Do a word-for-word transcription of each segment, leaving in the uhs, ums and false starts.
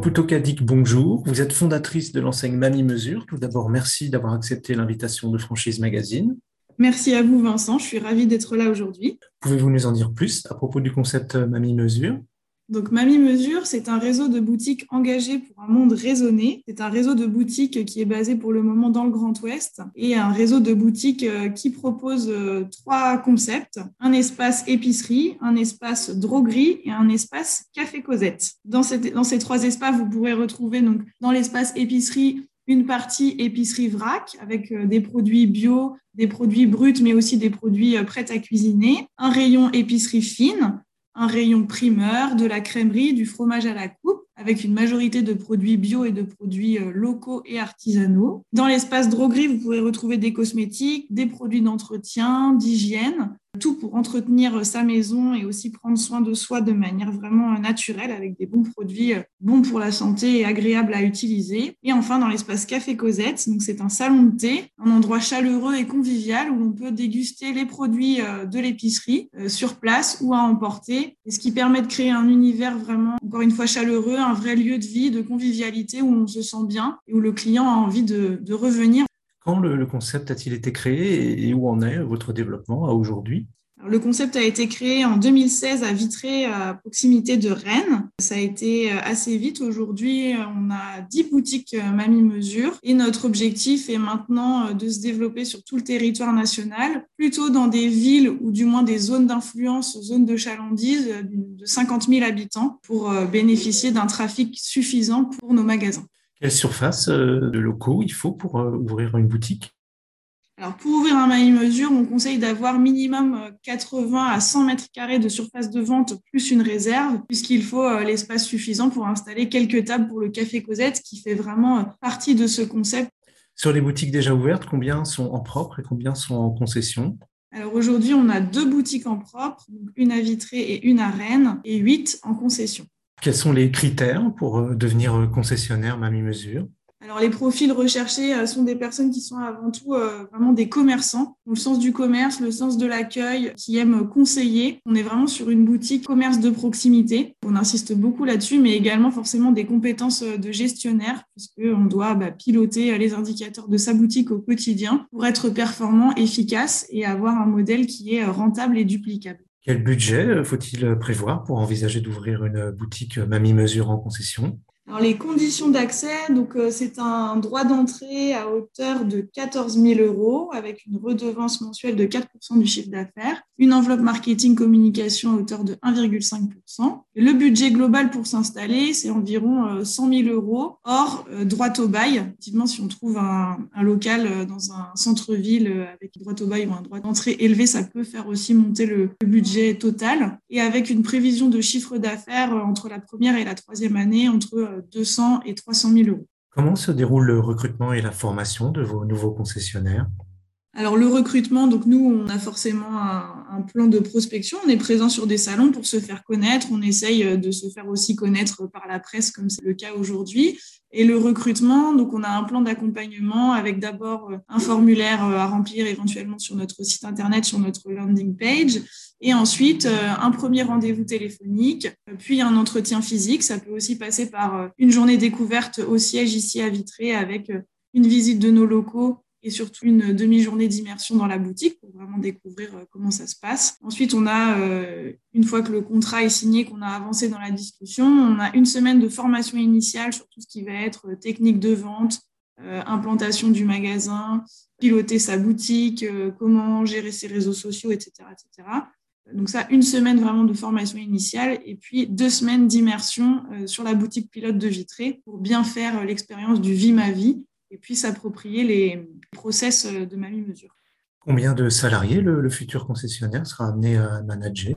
Poutokadik, bonjour. Vous êtes fondatrice de l'enseigne Mamie Mesure. Tout d'abord, merci d'avoir accepté l'invitation de Franchise Magazine. Merci à vous, Vincent. Je suis ravie d'être là aujourd'hui. Pouvez-vous nous en dire plus à propos du concept Mamie Mesure? Donc, Mamie Mesure, c'est un réseau de boutiques engagé pour un monde raisonné. C'est un réseau de boutiques qui est basé pour le moment dans le Grand Ouest et un réseau de boutiques qui propose trois concepts: un espace épicerie, un espace droguerie et un espace café Cosette. Dans, cette, dans ces trois espaces, vous pourrez retrouver donc dans l'espace épicerie une partie épicerie vrac avec des produits bio, des produits bruts, mais aussi des produits prêts à cuisiner, un rayon épicerie fine, un rayon primeur, de la crèmerie, du fromage à la coupe, avec une majorité de produits bio et de produits locaux et artisanaux. Dans l'espace droguerie, vous pourrez retrouver des cosmétiques, des produits d'entretien, d'hygiène, tout pour entretenir sa maison et aussi prendre soin de soi de manière vraiment naturelle avec des bons produits bons pour la santé et agréables à utiliser. Et enfin, dans l'espace Café Cosette, donc c'est un salon de thé, un endroit chaleureux et convivial où l'on peut déguster les produits de l'épicerie sur place ou à emporter, et ce qui permet de créer un univers vraiment, encore une fois, chaleureux, un vrai lieu de vie, de convivialité où on se sent bien et où le client a envie de, de revenir. Quand le, le concept a-t-il été créé et où en est votre développement à aujourd'hui? Alors, le concept a été créé en deux mille seize à Vitré, à proximité de Rennes. Ça a été assez vite. Aujourd'hui, on a dix boutiques Mamie Mesure et notre objectif est maintenant de se développer sur tout le territoire national, plutôt dans des villes ou du moins des zones d'influence, zones de chalandise de cinquante mille habitants pour bénéficier d'un trafic suffisant pour nos magasins. Quelle surface de locaux il faut pour ouvrir une boutique? Alors, pour ouvrir un Mamie Mesure, on conseille d'avoir minimum quatre-vingts à cent mètres carrés de surface de vente plus une réserve, puisqu'il faut l'espace suffisant pour installer quelques tables pour le Café Cosette, qui fait vraiment partie de ce concept. Sur les boutiques déjà ouvertes, combien sont en propre et combien sont en concession? Alors aujourd'hui, on a deux boutiques en propre, une à Vitré et une à Rennes, et huit en concession. Quels sont les critères pour devenir concessionnaire Mamie Mesure? Alors, les profils recherchés sont des personnes qui sont avant tout euh, vraiment des commerçants, ont le sens du commerce, le sens de l'accueil, qui aiment conseiller. On est vraiment sur une boutique commerce de proximité. On insiste beaucoup là-dessus, mais également forcément des compétences de gestionnaire, puisqu'on doit bah, piloter les indicateurs de sa boutique au quotidien pour être performant, efficace et avoir un modèle qui est rentable et duplicable. Quel budget faut-il prévoir pour envisager d'ouvrir une boutique Mamie Mesure en concession? Alors, les conditions d'accès, donc euh, c'est un droit d'entrée à hauteur de quatorze mille euros avec une redevance mensuelle de quatre pour cent du chiffre d'affaires, une enveloppe marketing communication à hauteur de un virgule cinq pour cent. Et le budget global pour s'installer, c'est environ euh, cent mille euros hors euh, droit au bail. Effectivement, si on trouve un, un local euh, dans un centre-ville euh, avec droit au bail ou un droit d'entrée élevé, ça peut faire aussi monter le, le budget total. Et avec une prévision de chiffre d'affaires euh, entre la première et la troisième année, entre euh, deux cents et trois cent mille euros. Comment se déroule le recrutement et la formation de vos nouveaux concessionnaires? Alors, le recrutement, donc nous, on a forcément un, un plan de prospection. On est présent sur des salons pour se faire connaître. On essaye de se faire aussi connaître par la presse, comme c'est le cas aujourd'hui. Et le recrutement, donc on a un plan d'accompagnement avec d'abord un formulaire à remplir éventuellement sur notre site internet, sur notre landing page. Et ensuite, un premier rendez-vous téléphonique, puis un entretien physique. Ça peut aussi passer par une journée découverte au siège ici à Vitré avec une visite de nos locaux et surtout une demi-journée d'immersion dans la boutique pour vraiment découvrir comment ça se passe. Ensuite, on a, euh, une fois que le contrat est signé, qu'on a avancé dans la discussion, on a une semaine de formation initiale sur tout ce qui va être technique de vente, euh, implantation du magasin, piloter sa boutique, euh, comment gérer ses réseaux sociaux, et cetera, et cetera. Donc ça, une semaine vraiment de formation initiale et puis deux semaines d'immersion euh, sur la boutique pilote de Vitré pour bien faire l'expérience du vie ma vie et puis s'approprier les process de Mamie Mesure. Combien de salariés le, le futur concessionnaire sera amené à manager?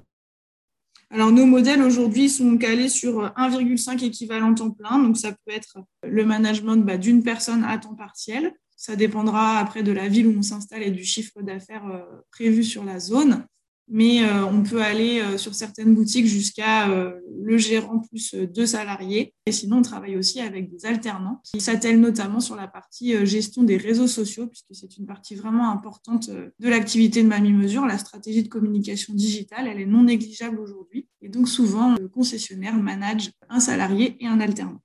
Alors, nos modèles aujourd'hui sont calés sur un virgule cinq équivalent temps plein. Donc, ça peut être le management bah, d'une personne à temps partiel. Ça dépendra après de la ville où on s'installe et du chiffre d'affaires euh, prévu sur la zone. Mais euh, on peut aller euh, sur certaines boutiques jusqu'à euh, le gérant plus euh, deux salariés. Et sinon, on travaille aussi avec des alternants qui s'attellent notamment sur la partie euh, gestion des réseaux sociaux, puisque c'est une partie vraiment importante euh, de l'activité de Mamie Mesure. La stratégie de communication digitale, elle est non négligeable aujourd'hui. Et donc, souvent, le concessionnaire manage un salarié et un alternant.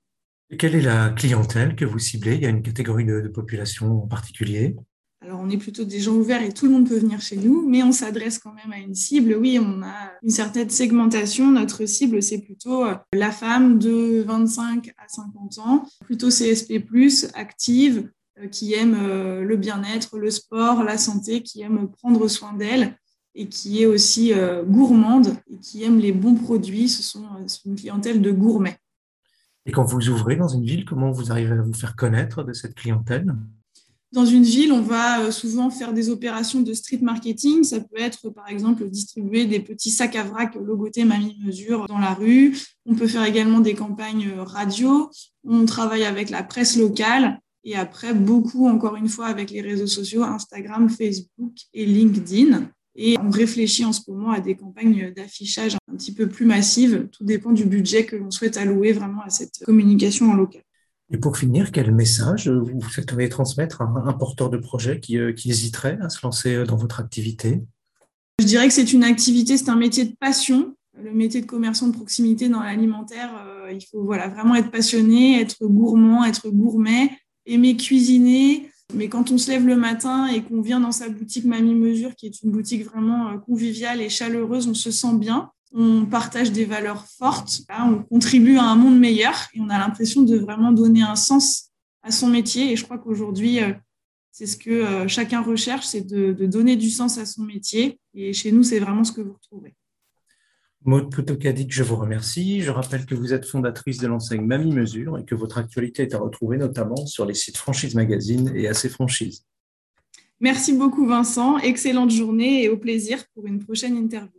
Et quelle est la clientèle que vous ciblez? Il y a une catégorie de, de population en particulier? Alors, on est plutôt des gens ouverts et tout le monde peut venir chez nous, mais on s'adresse quand même à une cible. Oui, on a une certaine segmentation. Notre cible, c'est plutôt euh, la femme de vingt-cinq à cinquante ans, plutôt C S P plus, active, euh, qui aime euh, le bien-être, le sport, la santé, qui aime prendre soin d'elle et qui est aussi euh, gourmande et qui aime les bons produits. Ce sont euh, c'est une clientèle de gourmets. Et quand vous ouvrez dans une ville, comment vous arrivez à vous faire connaître de cette clientèle? Dans une ville, on va souvent faire des opérations de street marketing. Ça peut être, par exemple, distribuer des petits sacs à vrac logotés Mamie Mesure dans la rue. On peut faire également des campagnes radio. On travaille avec la presse locale. Et après, beaucoup, encore une fois, avec les réseaux sociaux, Instagram, Facebook et LinkedIn. Et on réfléchit en ce moment à des campagnes d'affichage un petit peu plus massives. Tout dépend du budget que l'on souhaite allouer vraiment à cette communication en local. Et pour finir, quel message vous souhaiteriez transmettre à un porteur de projet qui, euh, qui hésiterait à se lancer dans votre activité? Je dirais que c'est une activité, c'est un métier de passion. Le métier de commerçant de proximité dans l'alimentaire, euh, il faut voilà, vraiment être passionné, être gourmand, être gourmet, aimer cuisiner. Mais quand on se lève le matin et qu'on vient dans sa boutique Mamie Mesure, qui est une boutique vraiment conviviale et chaleureuse, on se sent bien. On partage des valeurs fortes, là, on contribue à un monde meilleur et on a l'impression de vraiment donner un sens à son métier. Et je crois qu'aujourd'hui, euh, c'est ce que euh, chacun recherche, c'est de, de donner du sens à son métier. Et chez nous, c'est vraiment ce que vous retrouverez. Maud Poutokadik, je vous remercie. Je rappelle que vous êtes fondatrice de l'enseigne Mamie Mesure et que votre actualité est à retrouver notamment sur les sites Franchise Magazine et A C Franchise. Merci beaucoup, Vincent. Excellente journée et au plaisir pour une prochaine interview.